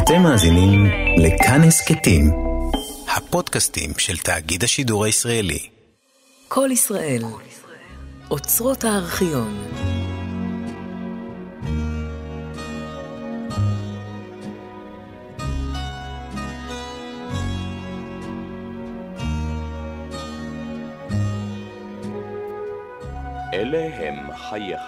אתם מאזינים לכאן הסכתים, הפודקאסטים של תאגיד השידור הישראלי. כל ישראל, אוצרות הארכיון. אלה הם חייך.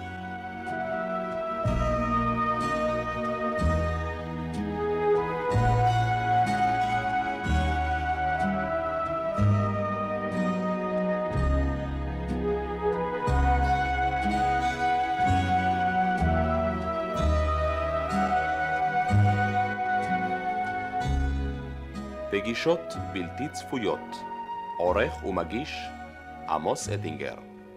פגישות בלתי צפויות. עורך ומגיש עמוס אטינגר.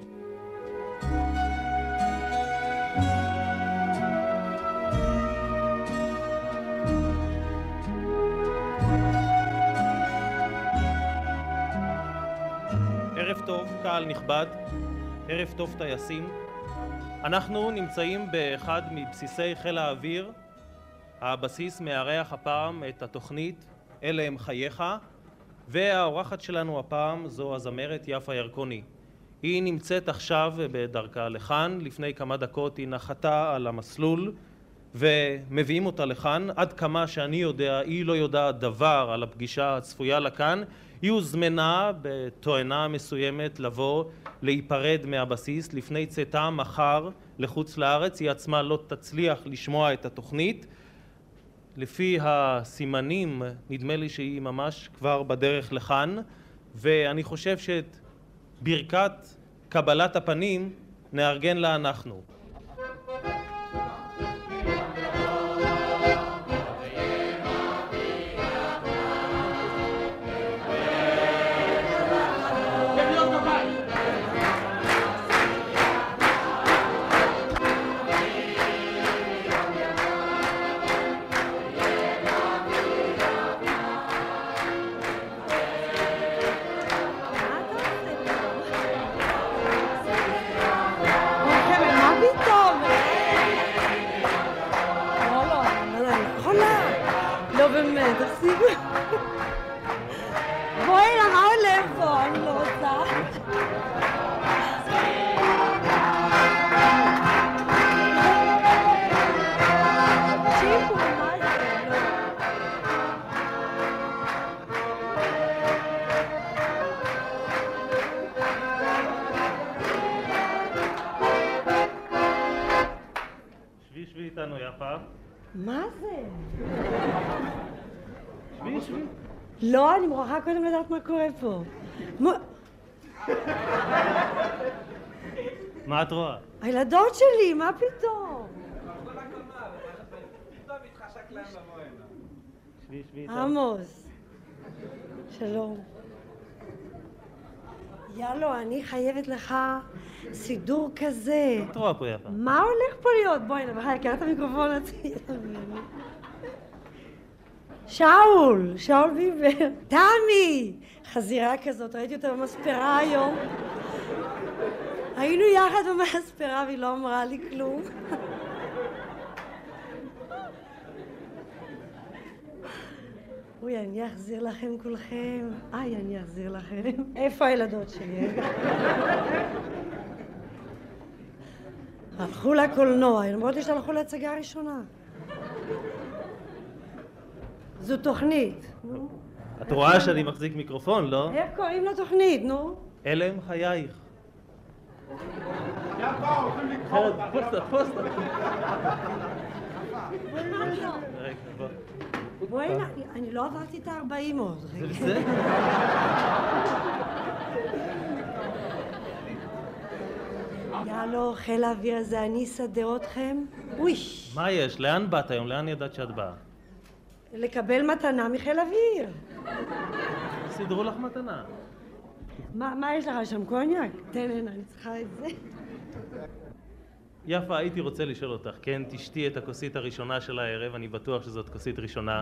ערב טוב, קהל נכבד, ערב טוב טייסים. אנחנו נמצאים באחד מבסיסי חיל האוויר. הבסיס מארח הפעם את התוכנית אלה הם חייך, והאורחת שלנו הפעם זו הזמרת יפה ירקוני. היא נמצאת עכשיו בדרכה לכאן, לפני כמה דקות היא נחתה על המסלול ומביאים אותה לכאן. עד כמה שאני יודע, היא לא יודעת דבר על הפגישה הצפויה לכאן. היא הוזמנה בתואנה מסוימת לבוא להיפרד מהבסיס לפני צאתה מחר לחוץ לארץ. היא עצמה לא תצליח לשמוע את התוכנית. לפי הסימנים נדמה לי שהיא ממש כבר בדרך לכאן, ואני חושב שאת ברכת קבלת הפנים נארגן לה אנחנו. שבי איתנו יפה. מה זה? שבי. לא, אני מוכרחה קודם לדעת מה קורה פה. מה את רואה? הילדות שלי, מה פתאום? שבי איתנו. עמוס. שלום. יאללה, אני חייבת לך סידור כזה. מה את רואה פה יפה? מה הולך פה להיות? בואי, נבחר, קרא את המיקרופון עצמי. שאול ביבר. תמי! חזירה כזאת, ראיתי אותה במספרה היום. היינו יחד במספרה והיא לא אמרה לי כלום. אוי, אני אחזיר לכם כולכם. אני אחזיר לכם. איפה הילדות שלי? הלכו לקולנוע, למרות לי שהלכו להצגה הראשונה. זו תוכנית, נו. את רואה שאני מחזיק מיקרופון, לא? איך קוראים לתוכנית, נו? אלה הם חייך. פוסטה. בואי, אני לא עברתי את 40 עוד. זה בסדר? יאללה, חיל האוויר הזה, אני אסדר אתכם. אוי. מה יש? לאן באת היום? לאן ידעת שאת באה? לקבל מתנה מחיל אוויר. סידרו לך מתנה. מה יש לך שם, קוניאק? תן הנה, אני צריכה את זה. יפה, הייתי רוצה לשאול אותך, כן, תשתי את הכוסית הראשונה של הערב, אני בטוח שזאת כוסית ראשונה,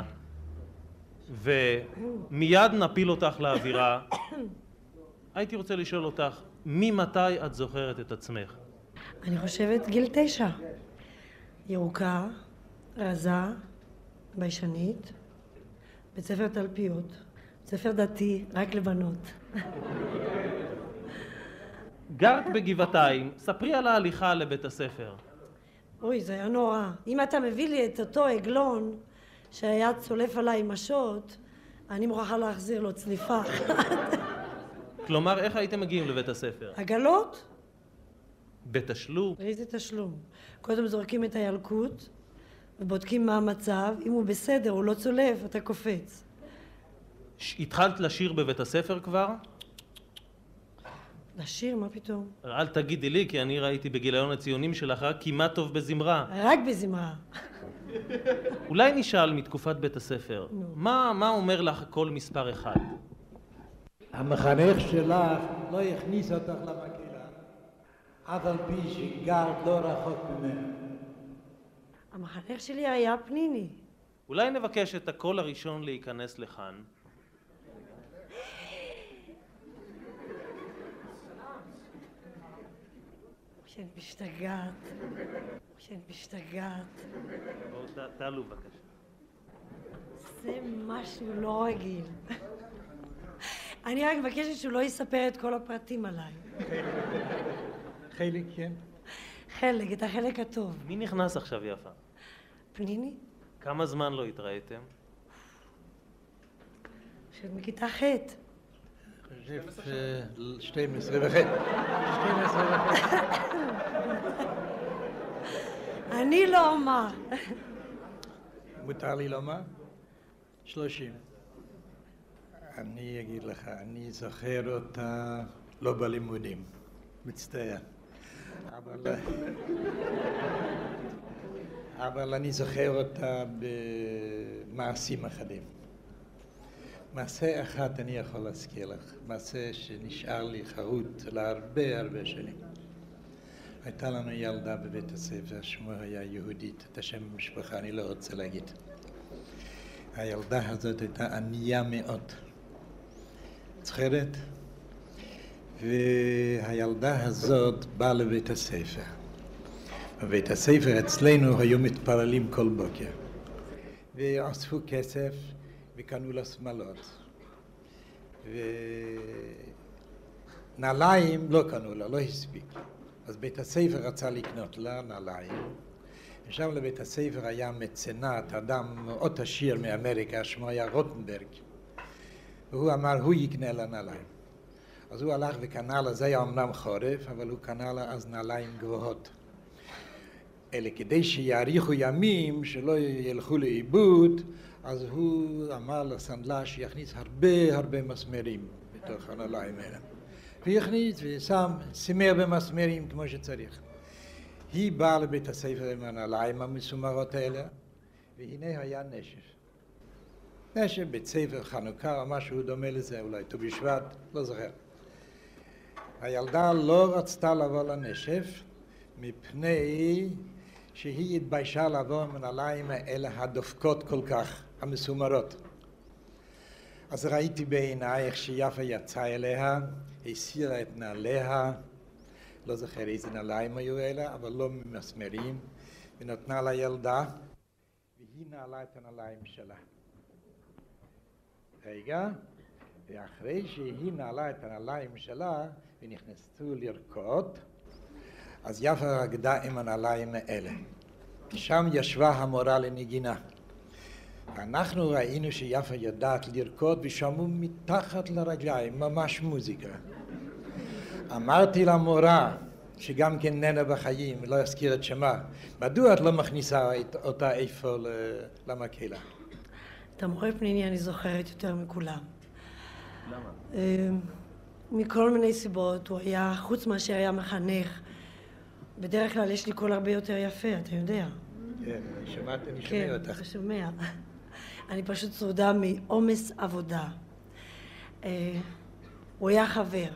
ומיד נפיל אותך לאווירה. הייתי רוצה לשאול אותך, ממתי את זוכרת את עצמך? אני חושבת גיל 9. ירוקה, רזה, ביישנית, בית ספר תלפיות, בית ספר דתי, רק לבנות. גרת בגבעתיים, ספרי על ההליכה לבית הספר. אוי, זה היה נורא. אם אתה מביא לי את אותו עגלון שהיה צולף עליי עם השוט, אני מוכרחה להחזיר לו צליפה. כלומר, איך הייתם מגיעים לבית הספר? עגלות? בתשלום? איזה תשלום? קודם זורקים את הילקוט ובודקים מה המצב. אם הוא בסדר, הוא לא צולף, אתה קופץ. התחלת לשיר בבית הספר כבר? לשיר? מה פתאום? אל תגידי לי, כי אני ראיתי בגיליון הציונים שלך רק כמעט טוב בזמרה. רק בזמרה. אולי נשאל מתקופת בית הספר, מה אומר לך כל מספר אחד? המחנך שלך לא הכניס אותך למקהלה, אף על פי שגרת לא רחוק ממנו. המחנך שלי היה פניני. אולי נבקש את הקול הראשון להיכנס לכאן. שאני משתגעת. בואו תעלו בבקשה. זה משהו לא רגיל. אני רק מבקשת שהוא לא יספר את כל הפרטים עליי. חלק, כן. את החלק הטוב. מי נכנס עכשיו יפה? פניני? כמה זמן לא התראיתם? של מכיתה ח'. חושב 12 וחצי. אני לא אומר. מותר לי לומר? 30. אני אגיד לך, אני זוכר אותה לא בלימודים, מצטער. אבל אני זוכר אותה במעשים אחדים. מעשה אחד אני יכול להזכיר לך, מעשה שנשאר לי חרוט להרבה שנים. הייתה לנו ילדה בבית הספר, שמו היה יהודית, את השם המשפחה אני לא רוצה להגיד. הילדה הזאת הייתה ענייה מאוד, זוכרת? והילדה הזאת באה לבית הספר. בבית הספר אצלנו היו מתפללים כל בוקר. ואספו כסף וקנו לה שמלות. ונעליים לא קנו לה, לא הספיק. אז בית הספר רצה לקנות לה נעליים. ושם לבית הספר היה מצנט, אדם מאוד עשיר מאמריקה, שמו היה רוטנברג. והוא אמר, הוא יקנה לה נעליים. אז הוא הלך וקנה לה, זה היה אמנם חורף, אבל הוא קנה לה אז נעליים גבוהות. אלה כדי שיאריכו ימים, שלא ילכו לאיבוד, אז הוא אמר לסנדלה שיכניס הרבה מסמרים בתוך הנעליים האלה. והכניס ושם, סימר במסמרים כמו שצריך. היא באה לבית הספר עם הנעליים המסומרות האלה, והנה היה נשף, בית ספר חנוכה או משהו דומה לזה, אולי ט"ו בשבט, לא זוכר. הילדה לא רצתה לבוא לנשף, מפני שהיא התביישה לבוא עם הנעליים האלה הדופקות כל כך, המסומרות. אז ראיתי בעיניי איך שיפה יצאה אליה, הסירה את נעליה, לא זוכר איזה נעליים היו אלה, אבל לא ממסמרים, ונתנה לילדה, והיא נעלה את הנעליים שלה. רגע, ואחרי שהיא נעלה את הנעליים שלה, ונכנסו לרקוד, אז יפה רקדה עם הנעליים האלה. שם ישבה המורה לנגינה. אנחנו ראינו שיפה יודעת לרקוד ושמעו מתחת לרגליים, ממש מוזיקה. אמרתי למורה, שגם כן ננה בחיים, לא אזכיר את שמה, מדוע את לא מכניסה אותה איפה למקהלה? את המורה פניני אני זוכרת יותר מכולם. למה? מכל מיני סיבות, הוא היה, חוץ מאשר היה מחנך, בדרך כלל יש לי קול הרבה יותר יפה, אתה יודע. כן, אני שומע אותך. כן, אתה שומע. אני פשוט צרודה מעומס עבודה. הוא היה חבר.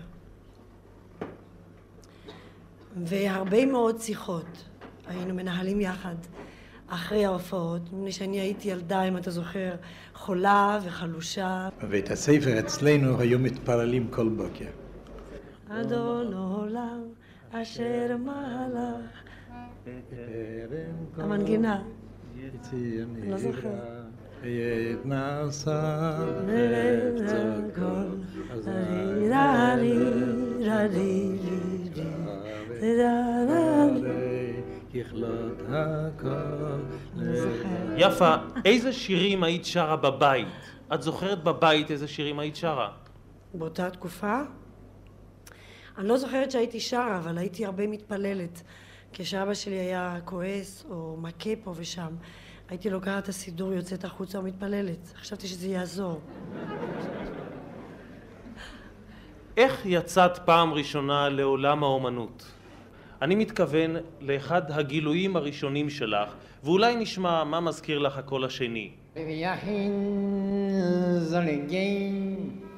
והרבה מאוד שיחות היינו מנהלים יחד אחרי ההופעות, מפני שאני הייתי ילדה, אם אתה זוכר, חולה וחלושה. בבית הספר אצלנו היו מתפללים כל בוקר. אדון עולם אשר מלך. המנגינה. לא זוכר. יתנסה ככלות הכל. יפה, איזה שירים היית שרה בבית? את זוכרת בבית איזה שירים היית שרה? באותה תקופה? אני לא זוכרת שהייתי שרה, אבל הייתי הרבה מתפללת. כשאבא שלי היה כועס או מכה פה ושם, הייתי לוקחת את הסידור, יוצאת החוצה ומתפללת. חשבתי שזה יעזור. איך יצאת פעם ראשונה לעולם האומנות? אני מתכוון לאחד הגילויים הראשונים שלך, ואולי נשמע מה מזכיר לך הקול השני. ויחין זלגי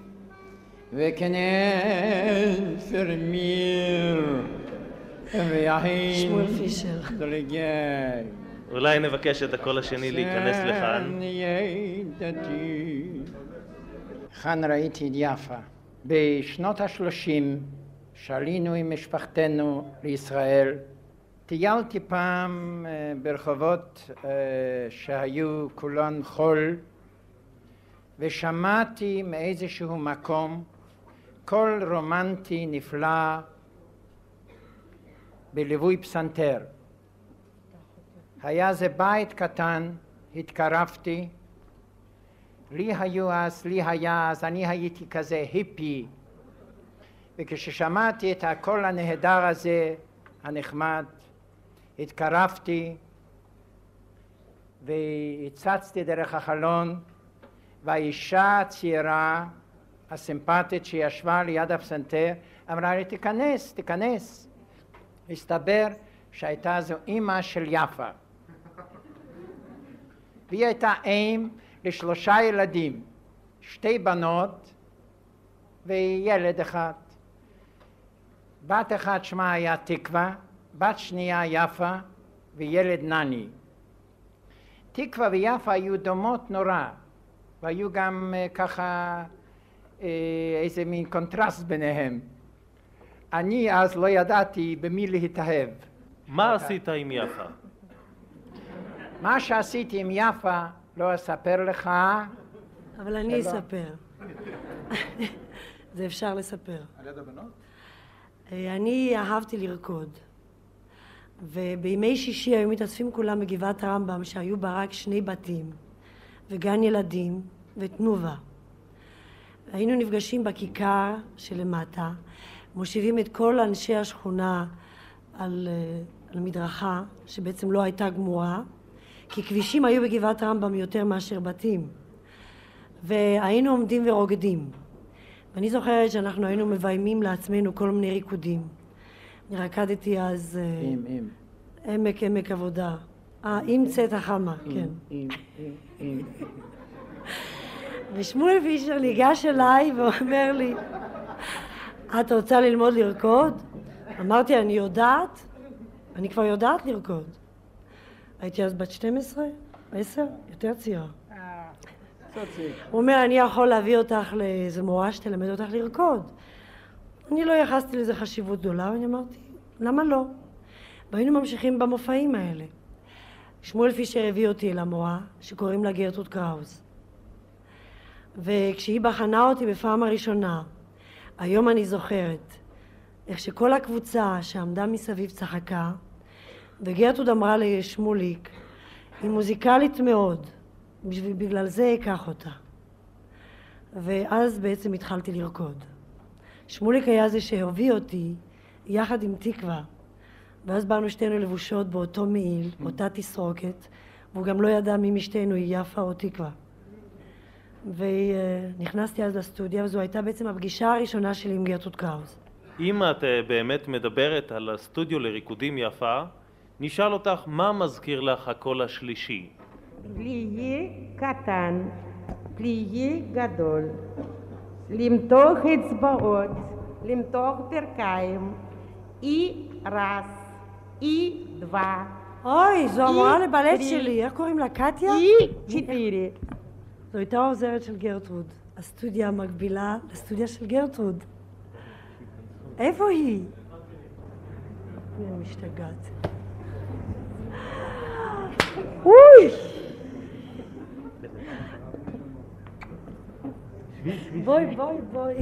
וכנף פרמיר ויחין שמואל פישר. זלגי אולי נבקש את הקול השני להיכנס לכאן. כאן ראיתי את יפה. בשנות ה-30 שעלינו עם משפחתנו לישראל. טיילתי פעם ברחובות שהיו כולן חול, ושמעתי מאיזשהו מקום קול רומנטי נפלא בליווי פסנתר. היה זה בית קטן, התקרבתי, לי היה אז, אני הייתי כזה היפי, וכששמעתי את הקול הנהדר הזה, הנחמד, התקרבתי והצצתי דרך החלון, והאישה הצעירה הסימפטית שישבה ליד הפסנתר אמרה לי תיכנס. הסתבר שהייתה זו אמא של יפה, והיא הייתה אם ל3 ילדים, 2 בנות וילד אחד. בת אחת שמה היה תקווה, בת שנייה יפה וילד נני. תקווה ויפה היו דומות נורא, והיו גם ככה איזה מין קונטרסט ביניהם. אני אז לא ידעתי במי להתאהב. מה עשית עם יפה? מה שעשיתי עם יפה לא אספר לך. אבל אני אספר. זה אפשר לספר. על יד הבנות? אני אהבתי לרקוד, ובימי שישי היו מתאספים כולם בגבעת רמב"ם, שהיו בה רק 2 בתים וגן ילדים ותנובה. היינו נפגשים בכיכר שלמטה, מושיבים את כל אנשי השכונה על מדרכה שבעצם לא הייתה גמורה, כי כבישים היו בגבעת רמב"ם יותר מאשר בתים, והיינו עומדים ורוקדים. ואני זוכרת שאנחנו היינו מביימים לעצמנו כל מיני ריקודים. אני רקדתי אז עמק עבודה. עם צאת החמה, כן. ושמואל פישר ניגש אליי ואומר לי, את רוצה ללמוד לרקוד? אמרתי, אני יודעת, אני כבר יודעת לרקוד. הייתי אז בת 12, 10, יותר צעירה. הוא אומר, אני יכול להביא אותך לאיזה מורה שתלמד אותך לרקוד. אני לא יחסתי לזה חשיבות גדולה, ואני אמרתי, למה לא? והיינו ממשיכים במופעים האלה. שמואל פישר הביא אותי אל המורה, שקוראים לה גרטרוד קראוס. וכשהיא בחנה אותי בפעם הראשונה, היום אני זוכרת, איך שכל הקבוצה שעמדה מסביב צחקה, וגרטרוד אמרה לשמוליק, היא מוזיקלית מאוד, בגלל זה אקח אותה. ואז בעצם התחלתי לרקוד. שמוליק היה זה שהביא אותי יחד עם תקווה, ואז באנו שתינו לבושות באותו מעיל, באותה תסרוקת, והוא גם לא ידע מי משתינו היא יפה או תקווה. ונכנסתי אז לסטודיה, וזו הייתה בעצם הפגישה הראשונה שלי עם גרטרוד קראוס. אם את באמת מדברת על הסטודיו לריקודים יפה, נשאל אותך מה מזכיר לך הקול השלישי. פליי קטן, פליי גדול, למתוח אצבעות, למתוח ברכיים, אי רס, אי דווה. אוי, זו המורה לבלט שלי, איך קוראים לה? קטיה? אי 4. זו הייתה העוזרת של גרטרוד, הסטודיה המקבילה לסטודיה של גרטרוד. איפה היא? אני משתגעת. אוי! בואי.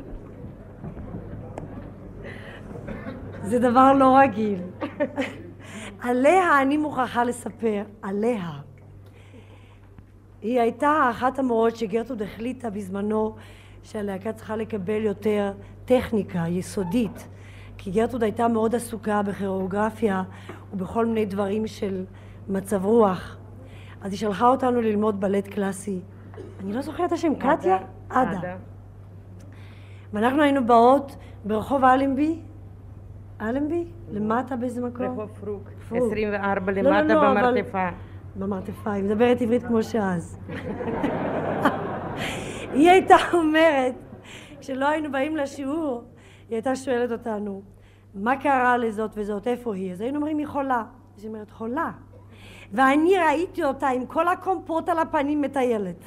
זה דבר לא רגיל. עליה אני מוכרחה לספר, עליה. היא הייתה אחת המורות שגרטרוד החליטה בזמנו שהלהקה צריכה לקבל יותר טכניקה יסודית, כי גרטרוד הייתה מאוד עסוקה בכוריאוגרפיה ובכל מיני דברים של מצב רוח. אז היא שלחה אותנו ללמוד בלט קלאסי. אני לא זוכרת את השם, קטיה? עדה. ואנחנו היינו באות ברחוב אלנבי? למטה באיזה מקום? רחוב פרוק, 24 למטה במרתפה. במרתפה, היא מדברת עברית כמו שאז. היא הייתה אומרת, כשלא היינו באים לשיעור, היא הייתה שואלת אותנו, מה קרה לזאת וזאת, איפה היא? אז היינו אומרים, היא חולה. אז היא אומרת, חולה. ואני ראיתי אותה עם כל הקומפות על הפנים מטיילת.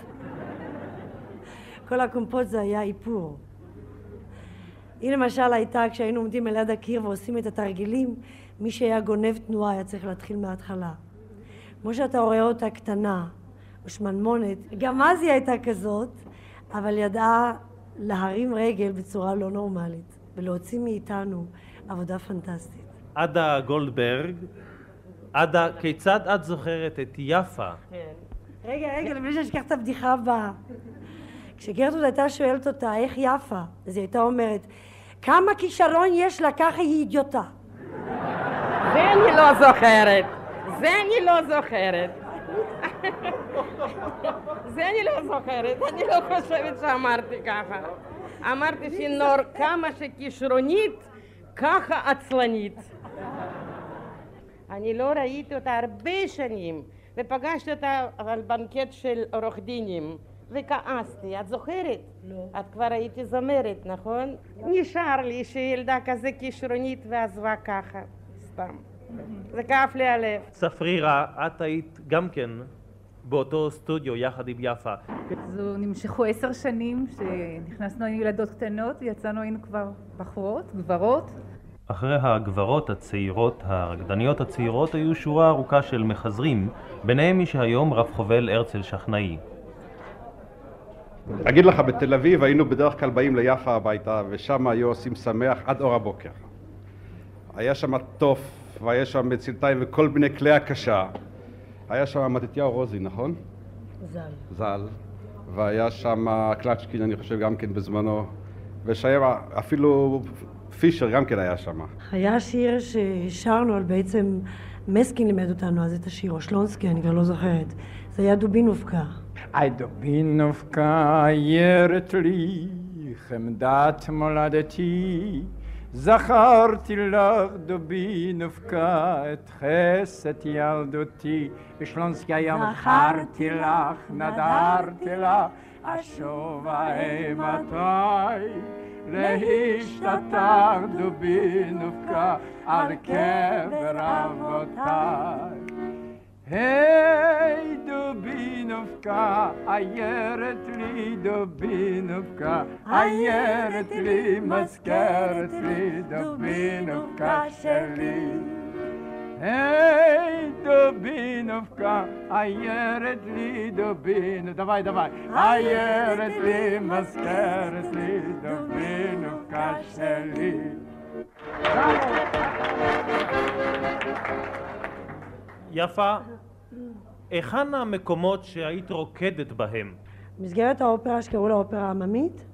כל הקומפות זה היה איפור. היא למשל הייתה, כשהיינו עומדים על יד הקיר ועושים את התרגילים, מי שהיה גונב תנועה היה צריך להתחיל מההתחלה. כמו שאתה רואה אותה קטנה, ושמנמונת, גם אז היא הייתה כזאת, אבל ידעה להרים רגל בצורה לא נורמלית, ולהוציא מאיתנו עבודה פנטסטית. עדה גולדברג, עדה, כיצד את זוכרת את יפה? רגע, לפני שאני אשכח את הבדיחה הבאה. כשגרטרוד הייתה שואלת אותה איך יפה, אז היא הייתה אומרת, כמה כישרון יש לה, ככה היא אידיוטה. זה אני לא זוכרת. אני לא חושבת שאמרתי ככה. אמרתי שנור כמה שכישרונית, ככה עצלנית. אני לא ראיתי אותה הרבה שנים, ופגשתי אותה על בנקט של עורך דינים, וכעסתי. את זוכרת? לא. את כבר הייתי זמרת, נכון? נשאר לי שילדה כזה כישרונית ועזבה ככה, סתם. זה כאב לי הלב. ספרירה, את היית גם כן באותו סטודיו יחד עם יפה. זו נמשכו 10 שנים שנכנסנו עם ילדות קטנות ויצאנו היינו כבר בחורות, גברות. אחרי הגברות הצעירות, הרקדניות הצעירות, היו שורה ארוכה של מחזרים, ביניהם מי שהיום רב חובל הרצל שכנאי. אגיד לך, בתל אביב היינו בדרך כלל באים ליפה הביתה, ושם היו עושים שמח עד אור הבוקר. היה שם טוף, והיה שם מצלתיים וכל מיני כלי הקשה. היה שם מתתיהו רוזי, נכון? ז"ל. והיה שם קלצ'קין, אני חושב, גם כן בזמנו. ושהיה אפילו פישר גם כן היה שם. היה שיר ששרנו על בעצם, מסקין לימד אותנו אז את השיר, או שלונסקי, אני כבר לא זוכרת. זה היה דובינובקה. איי דובינובקה עיירת לי, חמדת מולדתי, זכרתי לך דובינובקה את חסד ילדותי. ושלונסקי היה זכרתי לך, נדרתי לך, אשובה אימתי, להשתתך דובינובקה על קבר אבותיי. היי דובינובקה, עיירת לי דובינובקה, עיירת לי, מזכרת לי דובינובקה שלי. היי דובינובקה, עיירת לי דובינובקה, דווי, עיירת לי, מזכרת לי דובינובקה שלי. יפה, היכן המקומות שהיית רוקדת בהם? במסגרת האופרה שקראו לה אופרה עממית,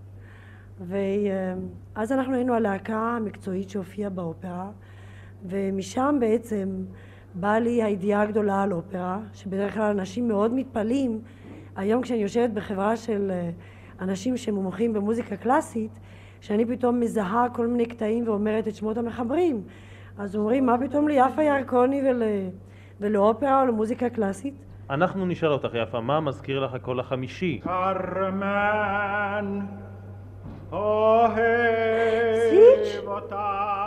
ואז אנחנו היינו הלהקה המקצועית שהופיעה באופרה, ומשם בעצם באה לי הידיעה הגדולה על אופרה, שבדרך כלל אנשים מאוד מתפלאים. היום כשאני יושבת בחברה של אנשים שמומחים במוזיקה קלאסית, שאני פתאום מזהה כל מיני קטעים ואומרת את שמות המחברים, אז אומרים, מה פתאום ליפה ירקוני ולאופרה או למוזיקה קלאסית? אנחנו נשאל אותך, יפה, מה מזכיר לך הקול החמישי? קרמן, אוהב אותך.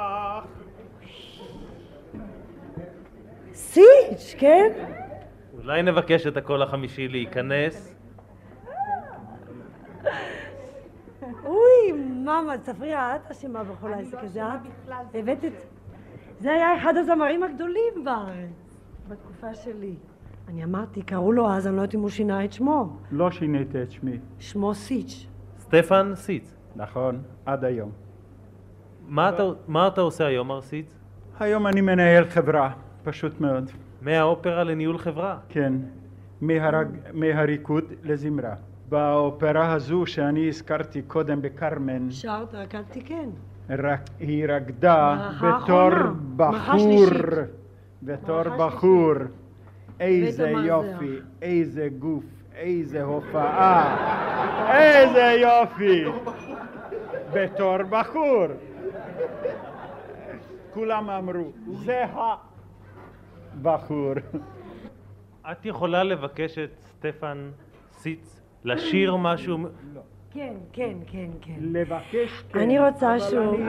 סיץ', כן? אולי נבקש את הקול החמישי להיכנס? אוי, מאמה, ספרירה, את אשמה בכל העסק הזה, הבאת את... זה היה אחד הזמרים הגדולים בארץ, בתקופה שלי. אני אמרתי, קראו לו אז, אני לא יודעת אם הוא שינה את שמו. לא שיניתי את שמי. שמו סיץ'. סטפן סיץ. נכון, עד היום. מה אתה עושה היום, מר סיץ? היום אני מנהל חברה, פשוט מאוד. מהאופרה לניהול חברה? כן, מהריקוד לזמרה. באופרה הזו שאני הזכרתי קודם בקרמן, שרת, רקדתי כן. היא רקדה בתור בחור. איזה יופי, איזה גוף, איזה הופעה, איזה יופי. בתור בחור. כולם אמרו, זה הבחור. את יכולה לבקש את סטפן סיץ לשיר משהו? כן, כן, כן, כן. לבקש כן. אני רוצה שהוא...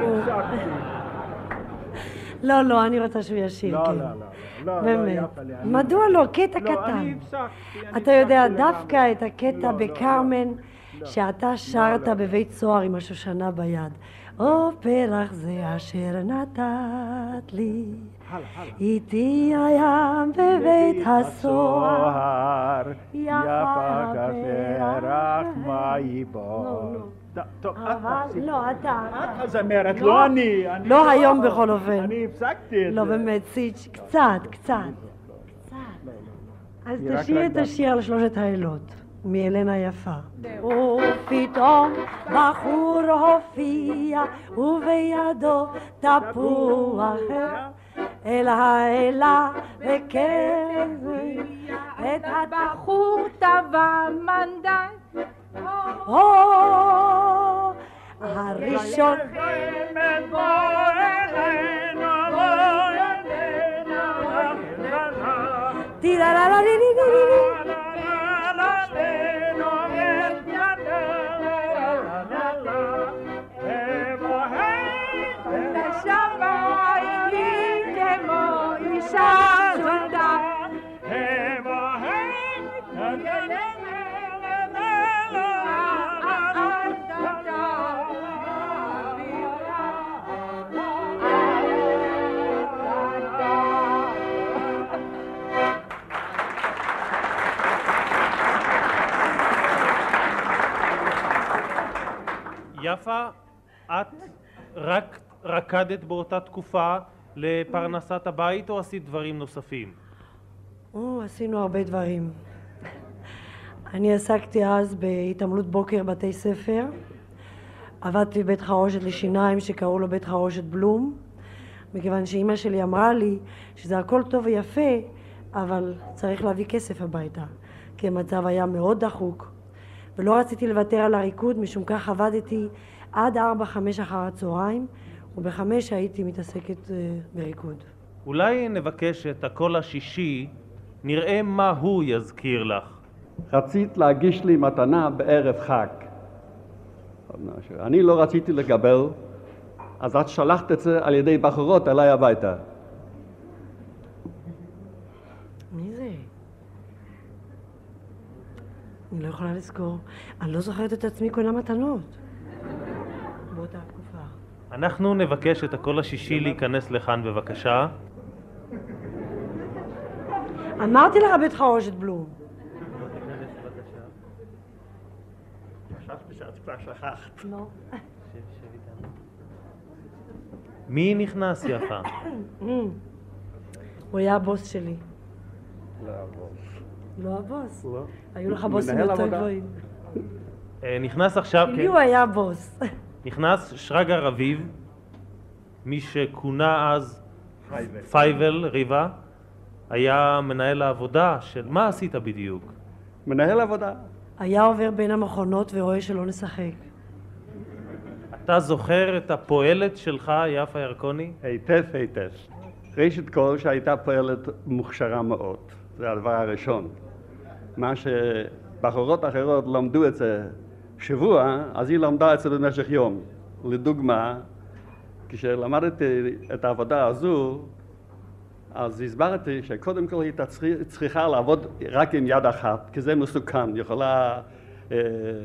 לא, אני רוצה שהוא ישיר, כן. לא, באמת. מדוע לא? קטע קטן. אתה יודע, דווקא את הקטע בקרמן שאתה שרת בבית סוהר עם השושנה ביד. או פרח זה אשר נתת לי, איתי הים בבית הסוהר, יפה כפרח מאי בו. לא, אתה. את הזמרת, לא אני. לא היום בכל אופן. אני הפסקתי את זה. לא באמת, סיץ', קצת. אז תשאיר את השיר על שלושת האלות. מאלנה יפה. ופתאום בחור הופיע ובידו תפוח אל האלה וכבד את הבחור טבע מנדט הראשון יפה, את רק רקדת באותה תקופה לפרנסת הבית או עשית דברים נוספים? עשינו הרבה דברים. אני עסקתי אז בהתעמלות בוקר בתי ספר. עבדתי בבית חרושת לשיניים שקראו לו בית חרושת בלום, מכיוון שאימא שלי אמרה לי שזה הכל טוב ויפה, אבל צריך להביא כסף הביתה, כי המצב היה מאוד דחוק. ולא רציתי לוותר על הריקוד, משום כך עבדתי עד 4-5 אחר הצהריים, וב-5 הייתי מתעסקת בריקוד. אולי נבקש את הקול השישי, נראה מה הוא יזכיר לך. רצית להגיש לי מתנה בערב חג. אני לא רציתי לקבל, אז את שלחת את זה על ידי בחורות אליי הביתה. מי זה? אני לא יכולה לזכור. אני לא זוכרת את עצמי קונה מתנות. באותה תקופה. אנחנו נבקש את הקול השישי להיכנס לכאן בבקשה. אמרתי לך בית חרושת בלום. חשבתי שאת כבר שכחת. לא. מי נכנס יפה? הוא היה הבוס שלי. לא הבוס. לא הבוס? לא. היו לך בוסים יותר גבוהים. נכנס עכשיו... שלי הוא היה בוס. נכנס שרגא רביב, מי שכונה אז פייבל, ריבה, היה מנהל העבודה של... מה עשית בדיוק? מנהל עבודה. היה עובר בין המכונות ורואה שלא נשחק. אתה זוכר את הפועלת שלך, יפה ירקוני? היטב. ראשית כל שהייתה פועלת מוכשרה מאוד. זה הדבר הראשון. מה שבחורות אחרות למדו את זה שבוע, אז היא למדה את זה במשך יום. לדוגמה, כשלמדתי את העבודה הזו, אז הסברתי שקודם כל היא צריכה לעבוד רק עם יד אחת, כי זה מסוכן, יכולה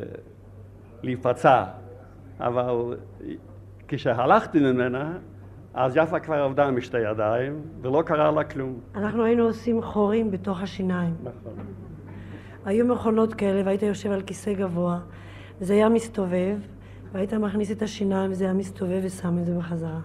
להיפצע. אבל כשהלכתי ממנה, אז יפה כבר עבדה עם שתי ידיים, ולא קרה לה כלום. אנחנו היינו עושים חורים בתוך השיניים. נכון. היו מכונות כאלה, והיית יושב על כיסא גבוה, וזה היה מסתובב, והיית מכניס את השיניים, וזה היה מסתובב ושם את זה בחזרה.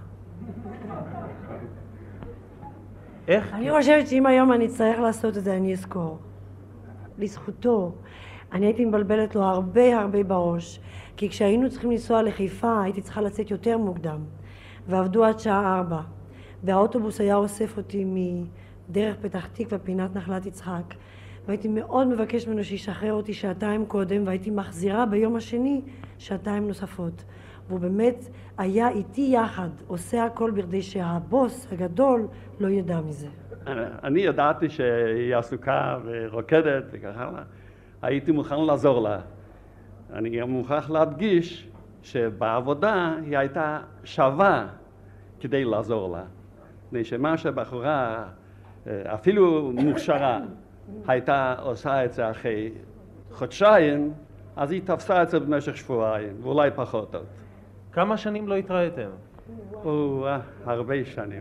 איך? אני חושבת שאם היום אני צריך לעשות את זה, אני אזכור. לזכותו. אני הייתי מבלבלת לו הרבה בראש, כי כשהיינו צריכים לנסוע לחיפה, הייתי צריכה לצאת יותר מוקדם, ועבדו עד שעה 4, והאוטובוס היה אוסף אותי מדרך פתח תקווה, פינת נחלת יצחק, והייתי מאוד מבקש ממנו שישחרר אותי שעתיים קודם, והייתי מחזירה ביום השני שעתיים נוספות. והוא באמת היה איתי יחד, עושה הכל בכדי שהבוס הגדול לא ידע מזה. אני ידעתי שהיא עסוקה ורוקדת וכך הלאה. הייתי מוכן לעזור לה. אני גם מוכרח להדגיש שבעבודה היא הייתה שווה כדי לעזור לה. מפני שמה שבחורה, אפילו מוכשרה, הייתה עושה את זה אחרי חודשיים, אז היא תפסה את זה במשך שבועיים, ואולי פחות עוד. כמה שנים לא התראיתם? הרבה שנים.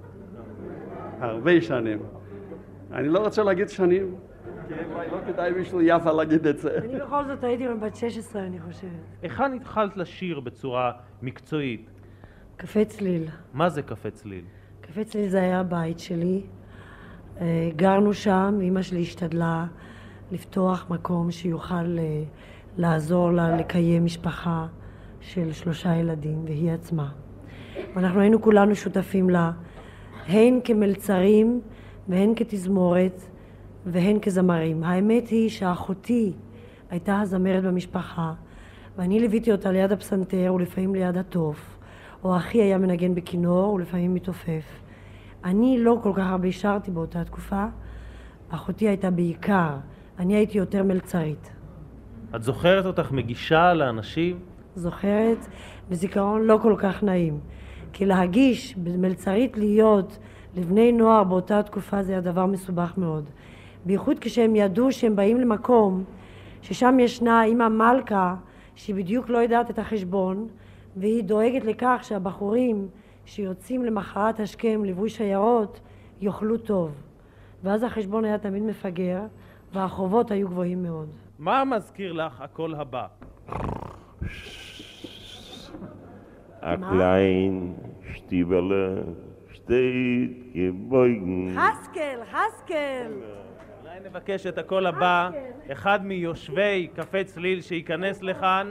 הרבה שנים. אני לא רוצה להגיד שנים, כי לא כדאי בשביל יפה להגיד את זה. אני בכל זאת הייתי בת 16, אני חושבת. היכן התחלת לשיר בצורה מקצועית? קפה צליל. מה זה קפה צליל? קפה צליל זה היה הבית שלי. גרנו שם, אמא שלי השתדלה לפתוח מקום שיוכל לעזור לה לקיים משפחה של 3 ילדים, והיא עצמה. ואנחנו היינו כולנו שותפים לה, הן כמלצרים והן כתזמורת והן כזמרים. האמת היא שאחותי הייתה הזמרת במשפחה, ואני ליוויתי אותה ליד הפסנתר ולפעמים ליד התוף, או אחי היה מנגן בכינור ולפעמים מתופף. אני לא כל כך הרבה שרתי באותה תקופה, אחותי הייתה בעיקר, אני הייתי יותר מלצרית. את זוכרת אותך מגישה לאנשים? זוכרת, בזיכרון לא כל כך נעים. כי להגיש במלצרית להיות לבני נוער באותה תקופה זה היה דבר מסובך מאוד. בייחוד כשהם ידעו שהם באים למקום ששם ישנה אמא מלכה שהיא בדיוק לא יודעת את החשבון, והיא דואגת לכך שהבחורים שיוצאים למחרת השכם ליווי שיירות יאכלו טוב. ואז החשבון היה תמיד מפגר והחובות היו גבוהים מאוד. מה מזכיר לך הקול הבא? הקליין שטיבלה שטייט גבויגן. חסקל. אולי נבקש את הקול הבא, אחד מיושבי קפה צליל שייכנס לכאן.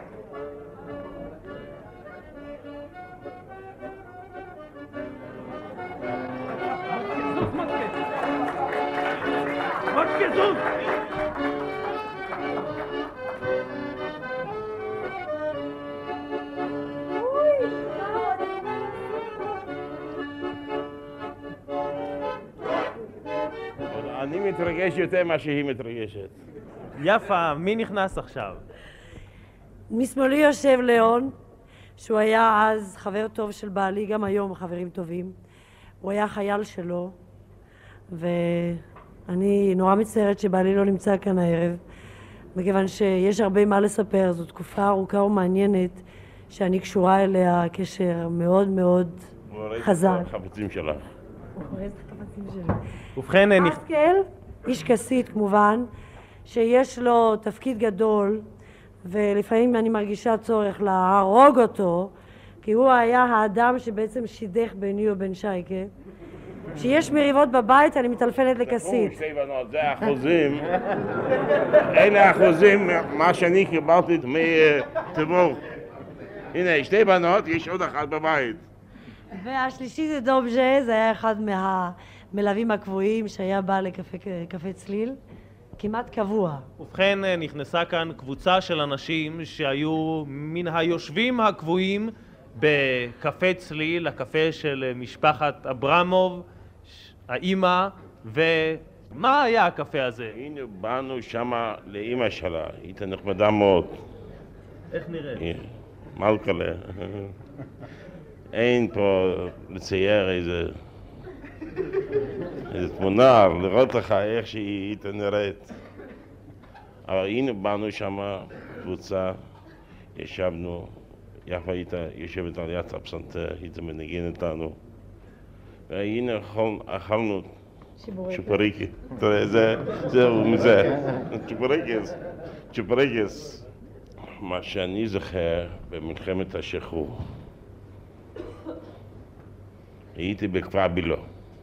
אני מתרגש יותר מה שהיא מתרגשת. יפה, מי נכנס עכשיו? משמאלי יושב ליאון, שהוא היה אז חבר טוב של בעלי, גם היום חברים טובים. הוא היה חייל שלו, ואני נורא מצטערת שבעלי לא נמצא כאן הערב, מכיוון שיש הרבה מה לספר. זו תקופה ארוכה ומעניינת שאני קשורה אליה קשר מאוד מאוד חזק. הוא הורס את החפצים שלך. ובכן, חסקל, איש כסית כמובן, שיש לו תפקיד גדול, ולפעמים אני מרגישה צורך להרוג אותו, כי הוא היה האדם שבעצם שידך ביני ובין שייקה. כשיש מריבות בבית אני מטלפנת לכסית. שתי בנות, זה האחוזים. אלה האחוזים, מה שאני קיבלתי מתבור. הנה, 2 בנות, יש עוד אחת בבית. והשלישי זה דובז'ה, זה היה אחד מהמלווים הקבועים שהיה בא לקפה צליל, כמעט קבוע. ובכן, נכנסה כאן קבוצה של אנשים שהיו מן היושבים הקבועים בקפה צליל, הקפה של משפחת אברמוב, האמא, ומה היה הקפה הזה? הנה, באנו שמה לאמא שלה, היא הייתה נחמדה מאוד. איך נראה? מלכלה. אין פה לצייר איזה תמונה, לראות לך איך שהיא הייתה נראית. אבל הנה באנו שמה קבוצה, ישבנו, יפה הייתה יושבת על יד הפסנתר, הייתה מנגנת לנו. והנה אכלנו צ'ופריקי. זהו מזה. צ'ופריקס. מה שאני זוכר במלחמת השחרור. הייתי בכפר בילו.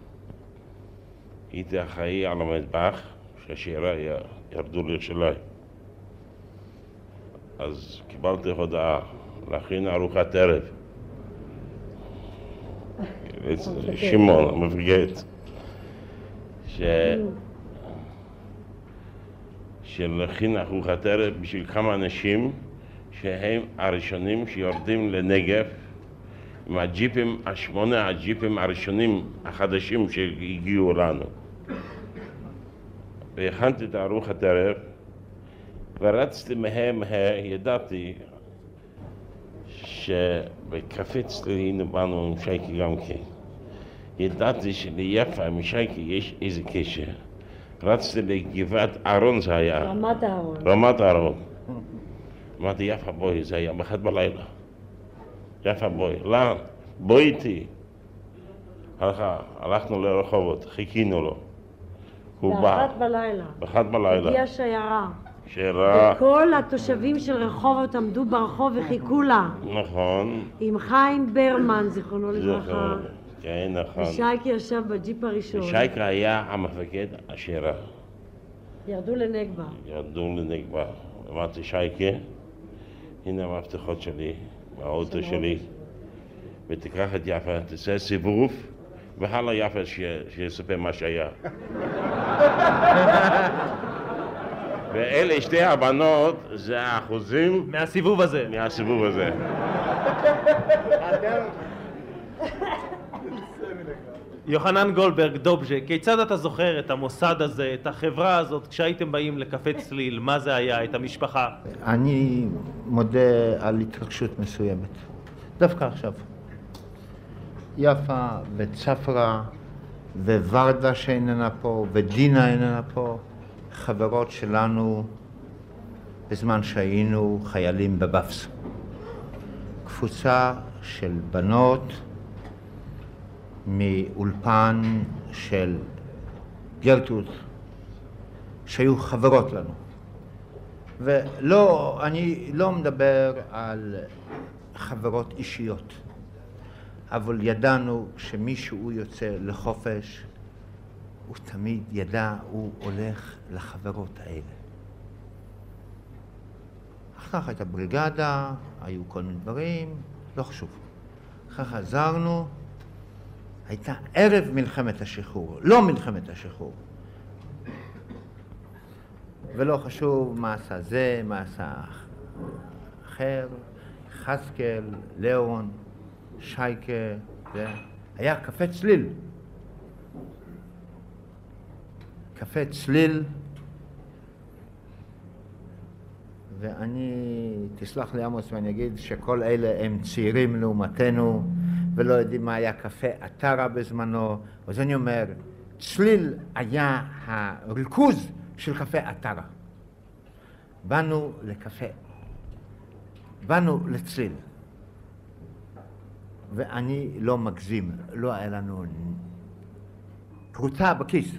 הייתי אחראי על המטבח, שהשיירה ירדו לירושלים. אז קיבלתי הודעה להכין ארוחת ערב. שמעון, המפקד, שלהכין ארוחת ערב בשביל כמה אנשים שהם הראשונים שיורדים לנגב עם הג'יפים, 8 הג'יפים הראשונים החדשים שהגיעו לנו. והכנתי את ארוחת ערב ורצתי מהר, ידעתי שבקפה צליל באנו עם שייקי גם כן. ידעתי שליפה עם שייקי יש איזה קשר. רצתי לגבעת אהרון זה היה. רמת אהרון. רמת אהרון. אמרתי יפה בואי, זה היה ב1 בלילה. יפה בואי, לאן? בואי איתי. הלכנו לרחובות, חיכינו לו. הוא בא. ב1 בלילה. ב1 בלילה. הגיעה שיירה. שיירה. וכל התושבים של רחובות עמדו ברחוב וחיכו לה. נכון. עם חיים ברמן, זיכרונו לברכה. כן, נכון. ושייקי ישב בג'יפ הראשון. ושייקי היה המפקד השיירה. ירדו לנגבה. ירדו לנגבה. אמרתי שייקי, הנה המפתחות שלי, באוטו שלי. ותיקח את יפה, תעשה סיבוב, והלאה יפה שיספר מה שהיה. ואלה שתי הבנות, זה האחוזים מהסיבוב הזה. מהסיבוב הזה. יוחנן גולדברג, דובז'ה, כיצד אתה זוכר את המוסד הזה, את החברה הזאת, כשהייתם באים לקפה צליל, מה זה היה, את המשפחה? אני מודה על התרגשות מסוימת, דווקא עכשיו. יפה וצפרה וורדה שאיננה פה ודינה איננה פה, חברות שלנו בזמן שהיינו חיילים בבפס. קבוצה של בנות מאולפן של גרטרוד שהיו חברות לנו. ולא, אני לא מדבר על חברות אישיות, אבל ידענו שמישהו יוצא לחופש, הוא תמיד ידע, הוא הולך לחברות האלה. אחר כך הייתה בריגדה, היו כל מיני דברים, לא חשוב. אחר כך חזרנו, הייתה ערב מלחמת השחרור, לא מלחמת השחרור. ולא חשוב מה עשה זה, מה עשה אחר, חזקאל, ליאון, שייקה, זה. היה קפה צליל. קפה צליל, ואני, תסלח לי עמוס ואני אגיד שכל אלה הם צעירים לעומתנו ולא יודעים מה היה קפה עטרה בזמנו, אז אני אומר, צליל היה הריכוז של קפה עטרה. באנו לקפה, באנו לצליל, ואני לא מגזים, לא היה לנו פרוטה בכיס.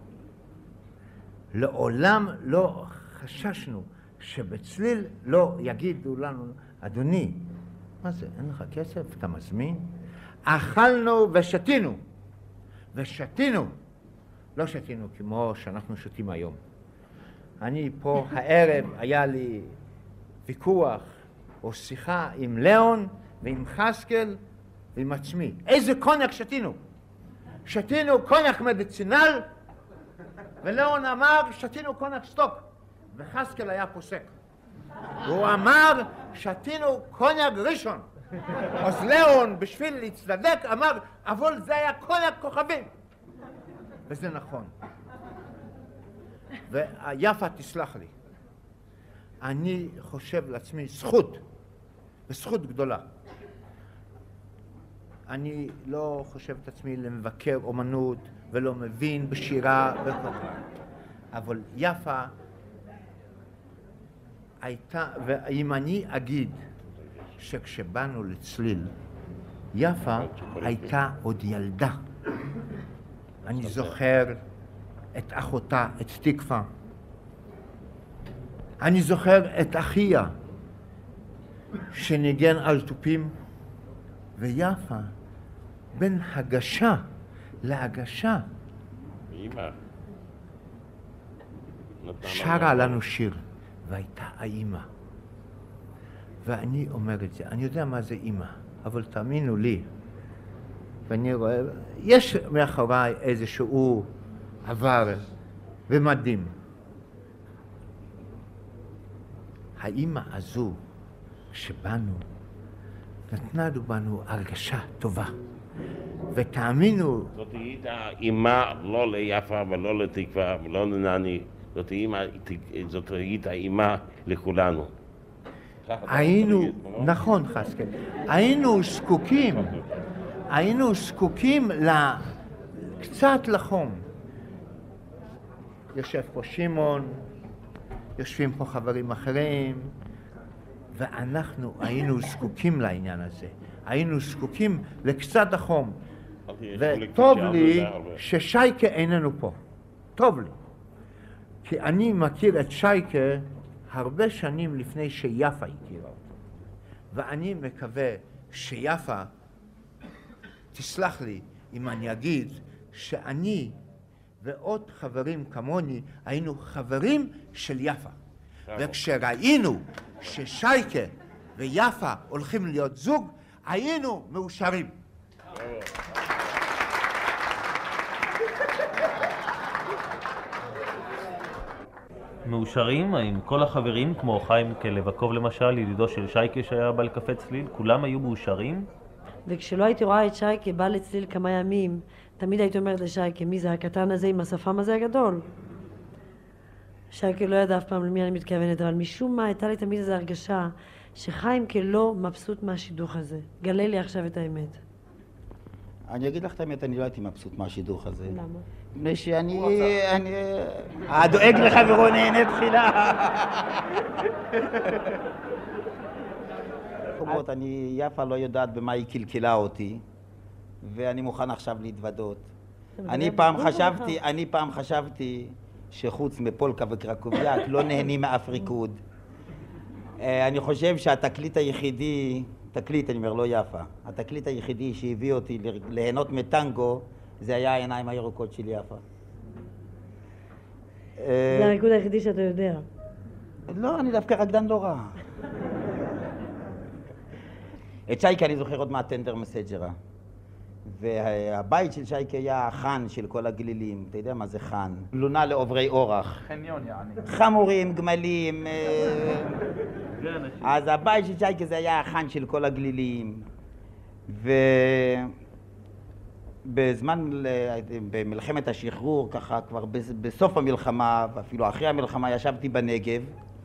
לעולם לא חששנו שבצליל לא יגידו לנו, אדוני, מה זה, אין לך כסף, אתה מזמין? אכלנו ושתינו, ושתינו, לא שתינו כמו שאנחנו שותים היום. אני פה הערב היה לי ויכוח או שיחה עם ליאון ועם חזקאל ועם עצמי. איזה קוניאק שתינו? שתינו קוניאק מדיצינל, וליאון אמר שתינו קוניאק סטוק, וחזקאל היה פוסק. הוא אמר שתינו קוניאק ראשון. אז ליאון בשביל להצטדק אמר אבל זה היה קוניאק כוכבים. וזה נכון. ויפה תסלח לי. אני חושב לעצמי זכות, וזכות גדולה. אני לא חושב את עצמי למבקר אומנות ולא מבין בשירה וכל. אבל יפה הייתה, ואם אני אגיד שכשבאנו לצליל, יפה הייתה עוד ילדה. אני זוכר את אחותה, את תקווה. אני זוכר את אחיה, שניגן על תופים, ויפה, בין הגשה להגשה, שרה לנו שיר, והייתה האימא. ואני אומר את זה, אני יודע מה זה אימא, אבל תאמינו לי, ואני רואה, יש מאחוריי איזשהו עבר ומדהים. האימא הזו, כשבאנו, נתנה בנו הרגשה טובה. ותאמינו... זאת הייתה אימא לא ליפה ולא לתקווה ולא לנני, זאת הייתה אימא לכולנו. היינו, נכון חסקל, היינו זקוקים קצת לחום. יושב פה שמעון, יושבים פה חברים אחרים, ואנחנו היינו זקוקים לעניין הזה. היינו זקוקים לקצת החום. וטוב לי ששייקה איננו פה. טוב לי. כי אני מכיר את שייקה הרבה שנים לפני שיפה הכירה אותו. ואני מקווה שיפה תסלח לי אם אני אגיד שאני ועוד חברים כמוני היינו חברים של יפה. וכשראינו ששייקה ויפה הולכים להיות זוג, היינו מאושרים. מאושרים? האם כל החברים, כמו חיים כלבקוב למשל, ידידו של שייקה שהיה בא לקפה צליל, כולם היו מאושרים? וכשלא הייתי רואה את שייקה בא לצליל כמה ימים, תמיד הייתי אומרת לשייקה, מי זה הקטן הזה עם השפם הזה הגדול? שייקה לא ידע אף פעם למי אני מתכוונת, אבל משום מה הייתה לי תמיד איזו הרגשה שחיים כלא מבסוט מהשידוך הזה. גלה לי עכשיו את האמת. אני אגיד לך את האמת, אני לא הייתי מבסוט מהשידוך הזה. למה? מפני שאני... הדואג לחברו נהנה תחילה. אני יפה לא יודעת במה היא קלקלה אותי, ואני מוכן עכשיו להתוודות. אני פעם חשבתי שחוץ מפולקה וקרקוביאק לא נהנים מאף ריקוד. אני חושב שהתקליט היחידי, אני אומר לא יפה, התקליט היחידי שהביא אותי ליהנות מטנגו זה היה העיניים הירוקות של יפה. זה הריקוד היחידי שאתה יודע. לא, אני דווקא רקדן לא רע. את שייקה אני זוכר עוד מהטנדר מסג'רה. והבית של שייקה היה החאן של כל הגלילים. אתה יודע מה זה חאן? לונה לעוברי אורח. חניון יעני. חמורים, גמלים. אז הבית של שייקה זה היה החאן של כל הגלילים. במלחמת השחרור, ככה כבר בסוף המלחמה, ואפילו אחרי המלחמה, ישבתי בנגב.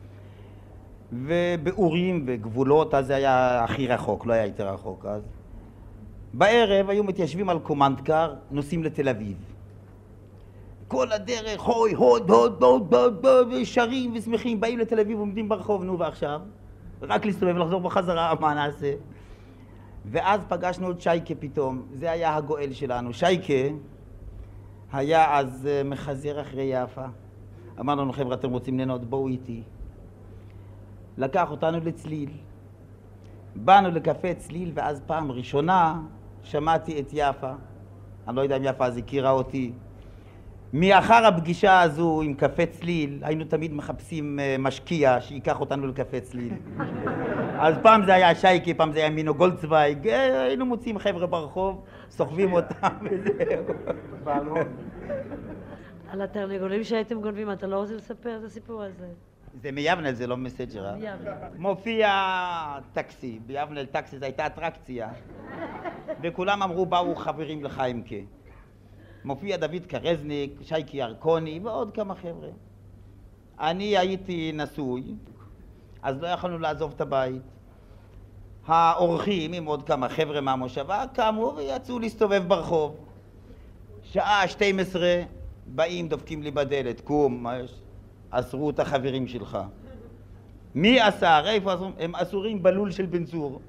ובאורים וגבולות, אז זה היה הכי רחוק, לא היה יותר רחוק אז. בערב היו מתיישבים על קומנדקר, נוסעים לתל אביב. כל הדרך, הוי, הוד, הוד, הוד, הוד, הוד, שרים ושמחים, באים לתל אביב, עומדים ברחוב, נו ועכשיו? רק להסתובב ולחזור בחזרה, מה נעשה? ואז פגשנו את שייקה פתאום, זה היה הגואל שלנו. שייקה היה אז מחזר אחרי יפה. אמר לנו, חבר'ה, אתם רוצים ליהנות, בואו איתי. לקח אותנו לצליל. באנו לקפה צליל, ואז פעם ראשונה שמעתי את יפה. אני לא יודע אם יפה אז הכירה אותי. מאחר הפגישה הזו עם קפה צליל, היינו תמיד מחפשים משקיע שיקח אותנו לקפה צליל. אז פעם זה היה שייקה, פעם זה היה מינו גולדצוויג, היינו מוצאים חבר'ה ברחוב, סוחבים אותם וזהו. על התרנגולים שהייתם גונבים, אתה לא רוצה לספר את הסיפור הזה? זה מיבנל, זה לא מסג'רה. מופיע טקסי, ביבנל טקסי זה הייתה אטרקציה. וכולם אמרו, באו חברים לחיימקה. מופיע דוד קרזניק, שייקה ירקוני ועוד כמה חבר'ה. אני הייתי נשוי, אז לא יכולנו לעזוב את הבית. האורחים עם עוד כמה חבר'ה מהמושבה קמו ויצאו להסתובב ברחוב. שעה 12 באים, דופקים לי בדלת, קום, אסרו את החברים שלך. מי אסר? איפה אסורים? הם אסורים בלול של בן צור.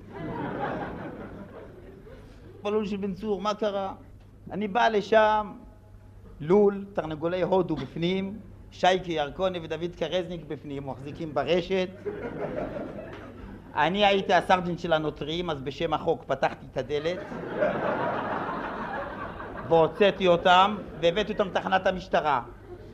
בלול של בן צור, מה קרה? אני בא לשם, לול, תרנגולי הודו בפנים, שייקי ירקוני ודוד קרזניק בפנים, מחזיקים ברשת. אני הייתי הסרג'נט של הנוטרים, אז בשם החוק פתחתי את הדלת והוצאתי אותם והבאתי אותם לתחנת המשטרה.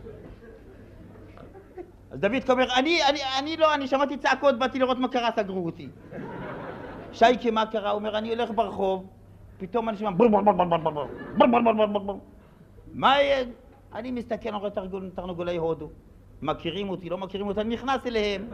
אז דוד אומר, אני שמעתי צעקות, באתי לראות מה קרה, סגרו אותי. שייקי, מה קרה? הוא אומר, אני הולך ברחוב, פתאום אני שומע בור בור בור בור בור בור בור בור בור בור בור. מה יהיה? אני מסתכל, אני רואה תרנגולי הודו. מכירים אותי, לא מכירים אותי, אני נכנס אליהם.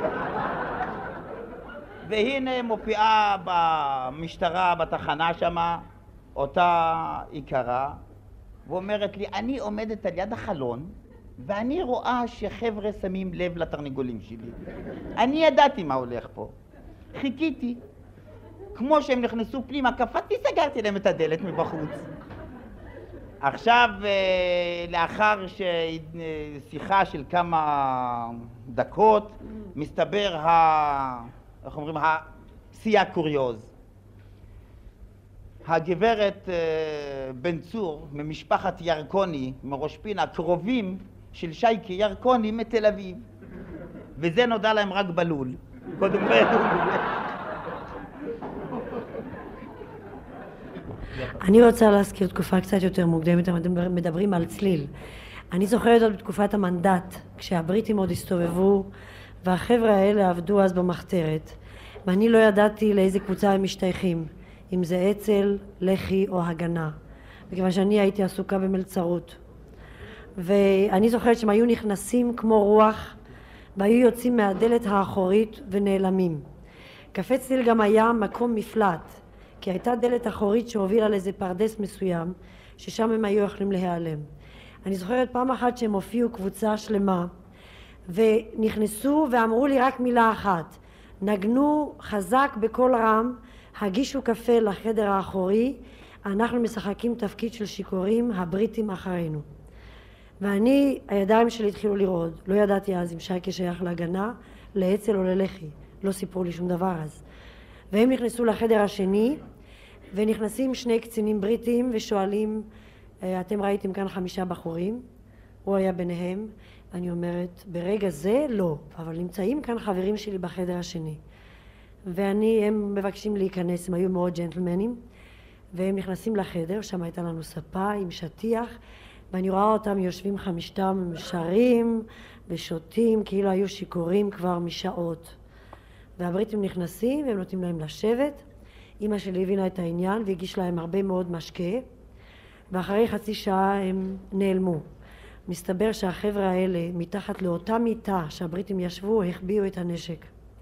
והנה מופיעה במשטרה, בתחנה שמה, אותה עיקרה, ואומרת לי, אני עומדת על יד החלון, ואני רואה שחבר'ה שמים לב לתרנגולים שלי. אני ידעתי מה הולך פה. חיכיתי. כמו שהם נכנסו פנימה, קפצתי, סגרתי להם את הדלת מבחוץ. עכשיו, לאחר שיחה של כמה דקות, מסתבר איך אומרים? שיא הקוריוז. הגברת בן צור ממשפחת ירקוני, מראש פינה, קרובים של שייקי ירקוני מתל אביב. וזה נודע להם רק בלול. קודם לא ידעו בזה. אני רוצה להזכיר תקופה קצת יותר מוקדמת, אתם מדברים על צליל. אני זוכרת עוד בתקופת המנדט, כשהבריטים עוד הסתובבו, והחבר'ה האלה עבדו אז במחתרת, ואני לא ידעתי לאיזה קבוצה הם משתייכים, אם זה אצ"ל, לח"י או הגנה, מכיוון שאני הייתי עסוקה במלצרות. ואני זוכרת שהם היו נכנסים כמו רוח, והיו יוצאים מהדלת האחורית ונעלמים. קפה צליל גם היה מקום מפלט, כי הייתה דלת אחורית שהובילה לאיזה פרדס מסוים, ששם הם היו יכולים להיעלם. אני זוכרת פעם אחת שהם הופיעו קבוצה שלמה, ונכנסו ואמרו לי רק מילה אחת, נגנו חזק בקול רם, הגישו קפה לחדר האחורי, אנחנו משחקים תפקיד של שיכורים, הבריטים אחרינו. ואני, הידיים שלי התחילו לרעוד, לא ידעתי אז אם שייקי שייך להגנה, לאצ"ל או ללח"י, לא סיפרו לי שום דבר אז. והם נכנסו לחדר השני, ונכנסים שני קצינים בריטים ושואלים, אתם ראיתם כאן 5 בחורים? הוא היה ביניהם. אני אומרת, ברגע זה לא, אבל נמצאים כאן חברים שלי בחדר השני. הם מבקשים להיכנס, הם היו מאוד ג'נטלמנים, והם נכנסים לחדר, שם הייתה לנו ספה עם שטיח, ואני רואה אותם יושבים 5 שרים ושותים, כאילו היו שיכורים כבר משעות. והבריטים נכנסים והם נותנים להם לשבת. אמא שלי הבינה את העניין והגיש להם הרבה מאוד משקה, ואחרי חצי שעה הם נעלמו. מסתבר שהחבר'ה האלה מתחת לאותה מיטה שהבריטים ישבו החביאו את הנשק.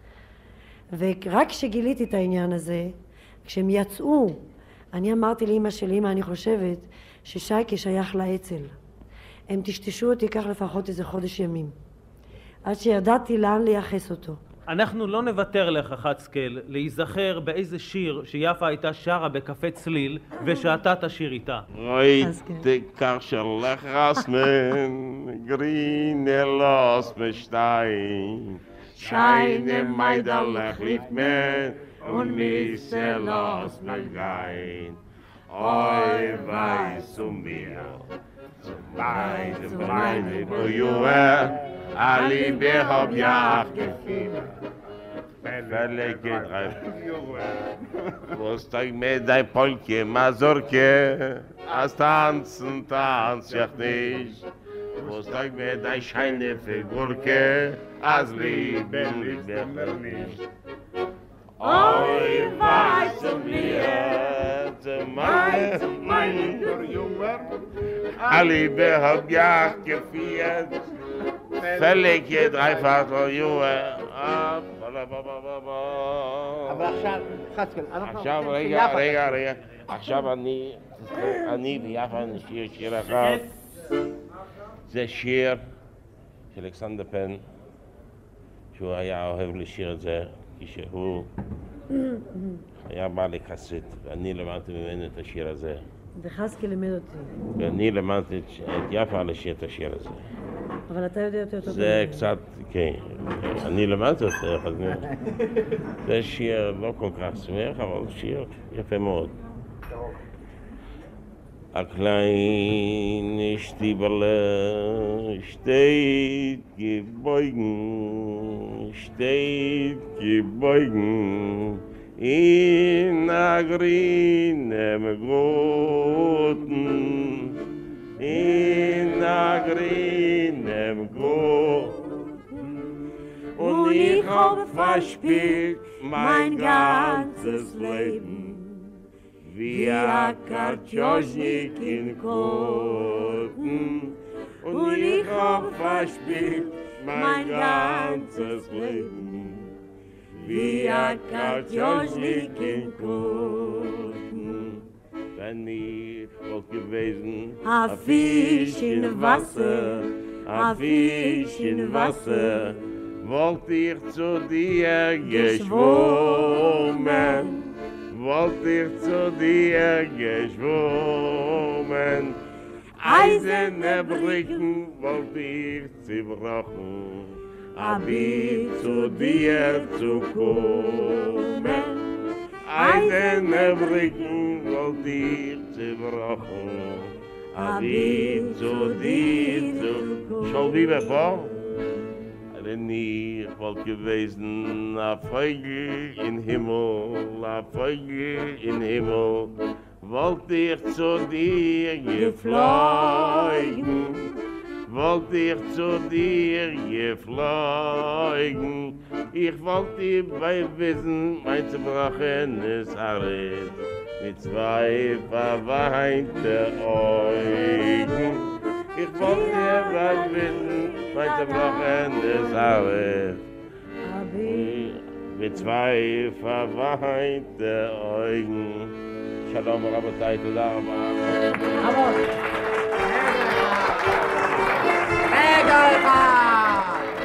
ורק כשגיליתי את העניין הזה, כשהם יצאו, אני אמרתי לאמא שלי, אמא, אני חושבת ששייקי שייך לאצ"ל. הם טשטשו אותי כך לפחות איזה חודש ימים, עד שידעתי לאן לייחס אותו. אנחנו לא נוותר לך, חצקל, להיזכר באיזה שיר שיפה הייתה שרה בקפה צליל ושאתה תשיר איתה. Heute karschel rasmen, grine los bestein. Scheine Meiderlech liegt men und misse los begein. Oi weiss mir, meine Brühe, Ali behab jach gefiel. Verlege drei. Was tag mit dei Polke Mazurke, as tanzen tanz ich nicht. Was tag mit dei scheine Figurke, as lieben nicht. Oi weiß mir, meine Junge, Ali behab jach gefiel. Verlege dreifach Jahre. אבל עכשיו, חצקל, עכשיו, רגע, עכשיו אני ויפה נשיר שיר אחד. זה שיר של אלכסנדר פן, שהוא היה אוהב לשיר את זה כשהוא היה בא לקסית, ואני למדתי ממנו את השיר הזה. וחזקי לימד אותי. ואני למדתי את יפה לשיר את השיר הזה. אבל אתה יודע יותר טוב. זה קצת, כן, אני למדתי יותר, זה שיר לא כל כך שמח, אבל שיר יפה מאוד. A kleine Stieberle steht gebeugen in a grünem Groten, in a grünem Groten. Und ich hab verspielt mein ganzes Leben wie a Kartjoschnik in Koten. Und ich hab verspielt mein ganzes Leben wie a Kartjoschnik in Koten. Wenn ich wollt gewesen, a Fisch in Wasser, a Fisch in Wasser, wollt ich zu dir geschwommen. Wollt ich zu dir geschwommen, eiserne Brücken wollt ich zerbrochen, hab ich zu dir zu kommen. Eiserne Brücken wollt ich zerbrochen, hab ich zu dir zu kommen. Schon wie bevor? Wenn ich wollt gewesen, a Vogel in Himmel, a Vogel in Himmel, wollt ich zu dir geflogen, wollt ich zu dir geflogen, ich wollt dir bei Wissen mein zerbrochenes Herz mit zwei verweinte Augen. Ich wollt dir bei Wissen mein zerbrochenes Herz mit zwei verweinte Augen. Shalom רבותיי, תודה רבה. רגע אחד!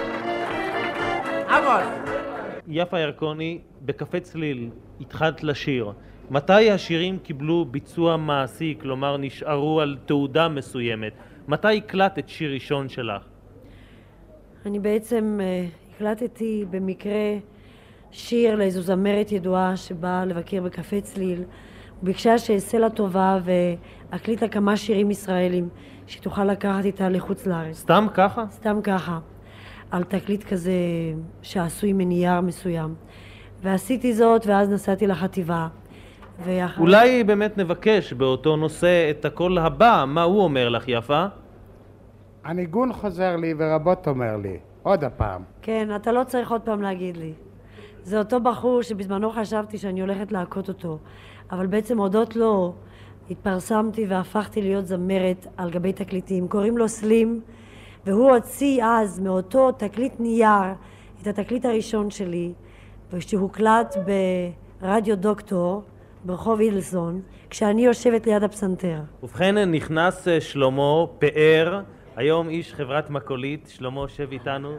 עמוס! יפה ירקוני, בקפה צליל התחלת לשיר. מתי השירים קיבלו ביצוע מעשי, כלומר נשארו על תעודה מסוימת? מתי הקלטת שיר ראשון שלך? אני בעצם הקלטתי במקרה שיר לאיזו זמרת ידועה שבאה לבקר בקפה צליל. וביקשה שאעשה לה טובה ואקליט לה כמה שירים ישראלים שתוכל לקחת איתה לחוץ לארץ. סתם ככה? סתם ככה. על תקליט כזה שעשוי מנייר מסוים. ועשיתי זאת ואז נסעתי לחטיבה. אולי באמת נבקש באותו נושא את הקול הבא, מה הוא אומר לך יפה? הניגון חוזר לי ורבות אומר לי, עוד הפעם. כן, אתה לא צריך עוד פעם להגיד לי. זה אותו בחור שבזמנו חשבתי שאני הולכת להכות אותו, אבל בעצם הודות לו התפרסמתי והפכתי להיות זמרת על גבי תקליטים. קוראים לו סלים, והוא הוציא אז מאותו תקליט נייר את התקליט הראשון שלי, ושהוקלט ברדיו דוקטור ברחוב אילסון, כשאני יושבת ליד הפסנתר. ובכן נכנס שלמה פאר, היום איש חברת מקולית. שלמה, שב איתנו.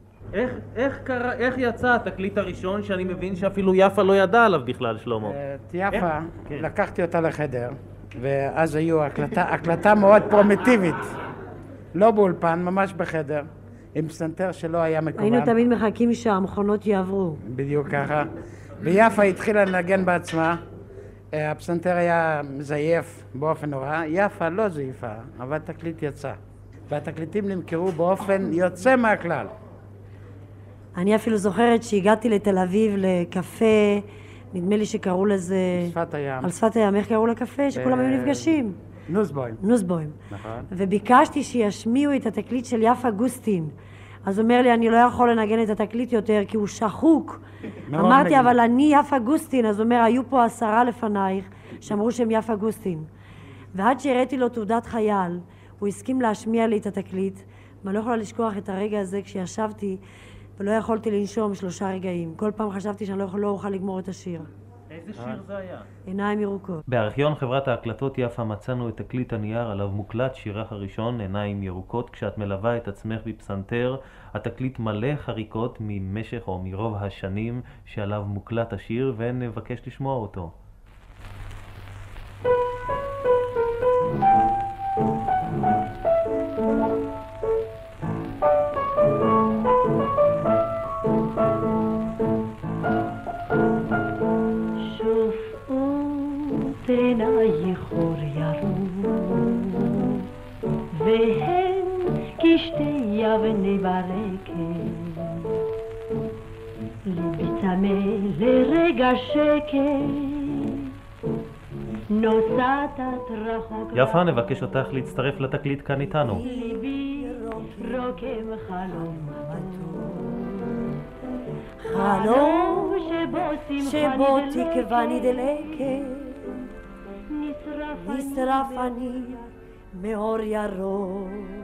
איך יצא התקליט הראשון שאני מבין שאפילו יפה לא ידע עליו בכלל, שלמה? יפה, לקחתי אותה לחדר, ואז היו הקלטה מאוד פרומיטיבית. לא באולפן, ממש בחדר, עם פסנתר שלא היה מקוון. היינו תמיד מחכים שהמכונות יעברו. בדיוק ככה. ויפה התחילה לנגן בעצמה. הפסנתר היה מזייף באופן נורא. יפה לא זייפה, אבל התקליט יצא. והתקליטים נמכרו באופן יוצא מהכלל. אני אפילו זוכרת שהגעתי לתל אביב לקפה, נדמה לי שקראו לזה... שפת הים. על שפת הים, איך קראו לקפה? שכולם היו נפגשים. נוסבוים. נוסבוים. נכון. וביקשתי שישמיעו את התקליט של יפה גוסטין. אז הוא אומר לי, אני לא יכול לנגן את התקליט יותר כי הוא שחוק. אמרתי, אבל אני יפה גוסטין. אז הוא אומר, היו פה 10 לפנייך שאמרו שהם יפה גוסטין. ועד שהראיתי לו תעודת חייל, הוא הסכים להשמיע לי את התקליט, ואני לא יכולה לשכוח את הרגע הזה כשישבתי ולא יכולתי לנשום 3 רגעים. כל פעם חשבתי שאני לא אוכל לגמור את השיר. איזה שיר זה היה? עיניים ירוקות. בארכיון חברת ההקלטות יפה מצאנו את תקליט הנייר עליו מוקלט שירך הראשון, עיניים ירוקות. כשאת מלווה את עצמך בפסנתר, התקליט מלא חריקות ממשך או מרוב השנים שעליו מוקלט השיר, ונבקש לשמוע אותו. דמה לרגע שקט, נוסעת רחוק. יפה, נבקש אותך להצטרף לתקליט כאן איתנו. ליבי רוקם חלום חלום שבו תקווה נדלקת, נשרף אני מאור ירוק,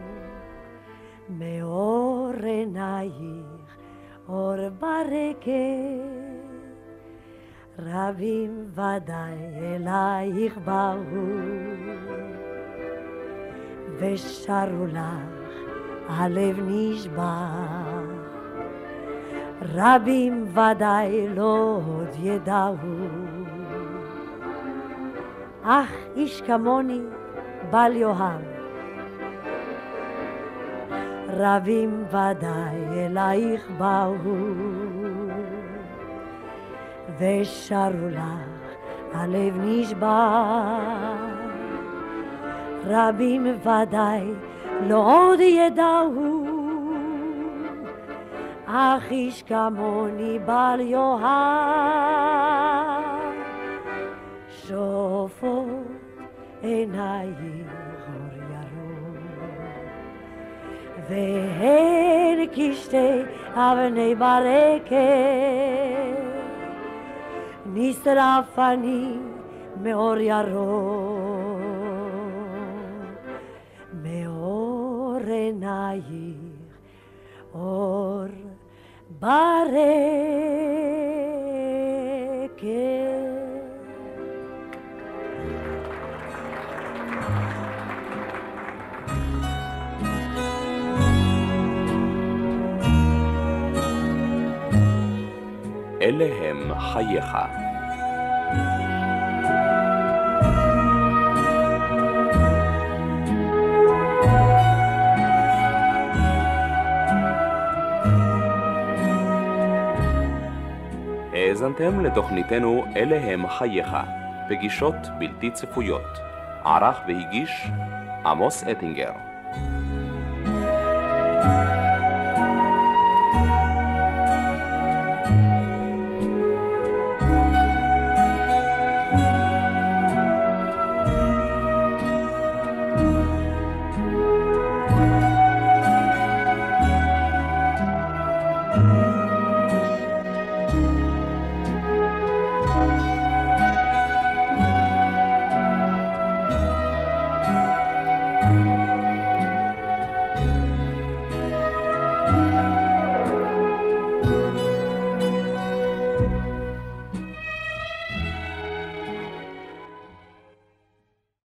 מאור עינייך אור ברקת, רבים ודאי אלייך באו ושרו לך הלב נשבר, רבים ודאי לא עוד ידעו, אך איש כמוני בל יאהב, רבים ודאי אלייך באו ושרו לך הלב נשבר, רבים ודאי לא עוד ידעו, אך איש כמוני בל יאהב. שופעות עינייך אור ירוק, והן כשתי אבני ברקת, נשרף אני מאור ירוק, מאור עינייך אור ברקת. אלה הם חייך. האזנתם לתוכניתנו אלה הם חייך, פגישות בלתי צפויות. ערך והגיש עמוס אטינגר.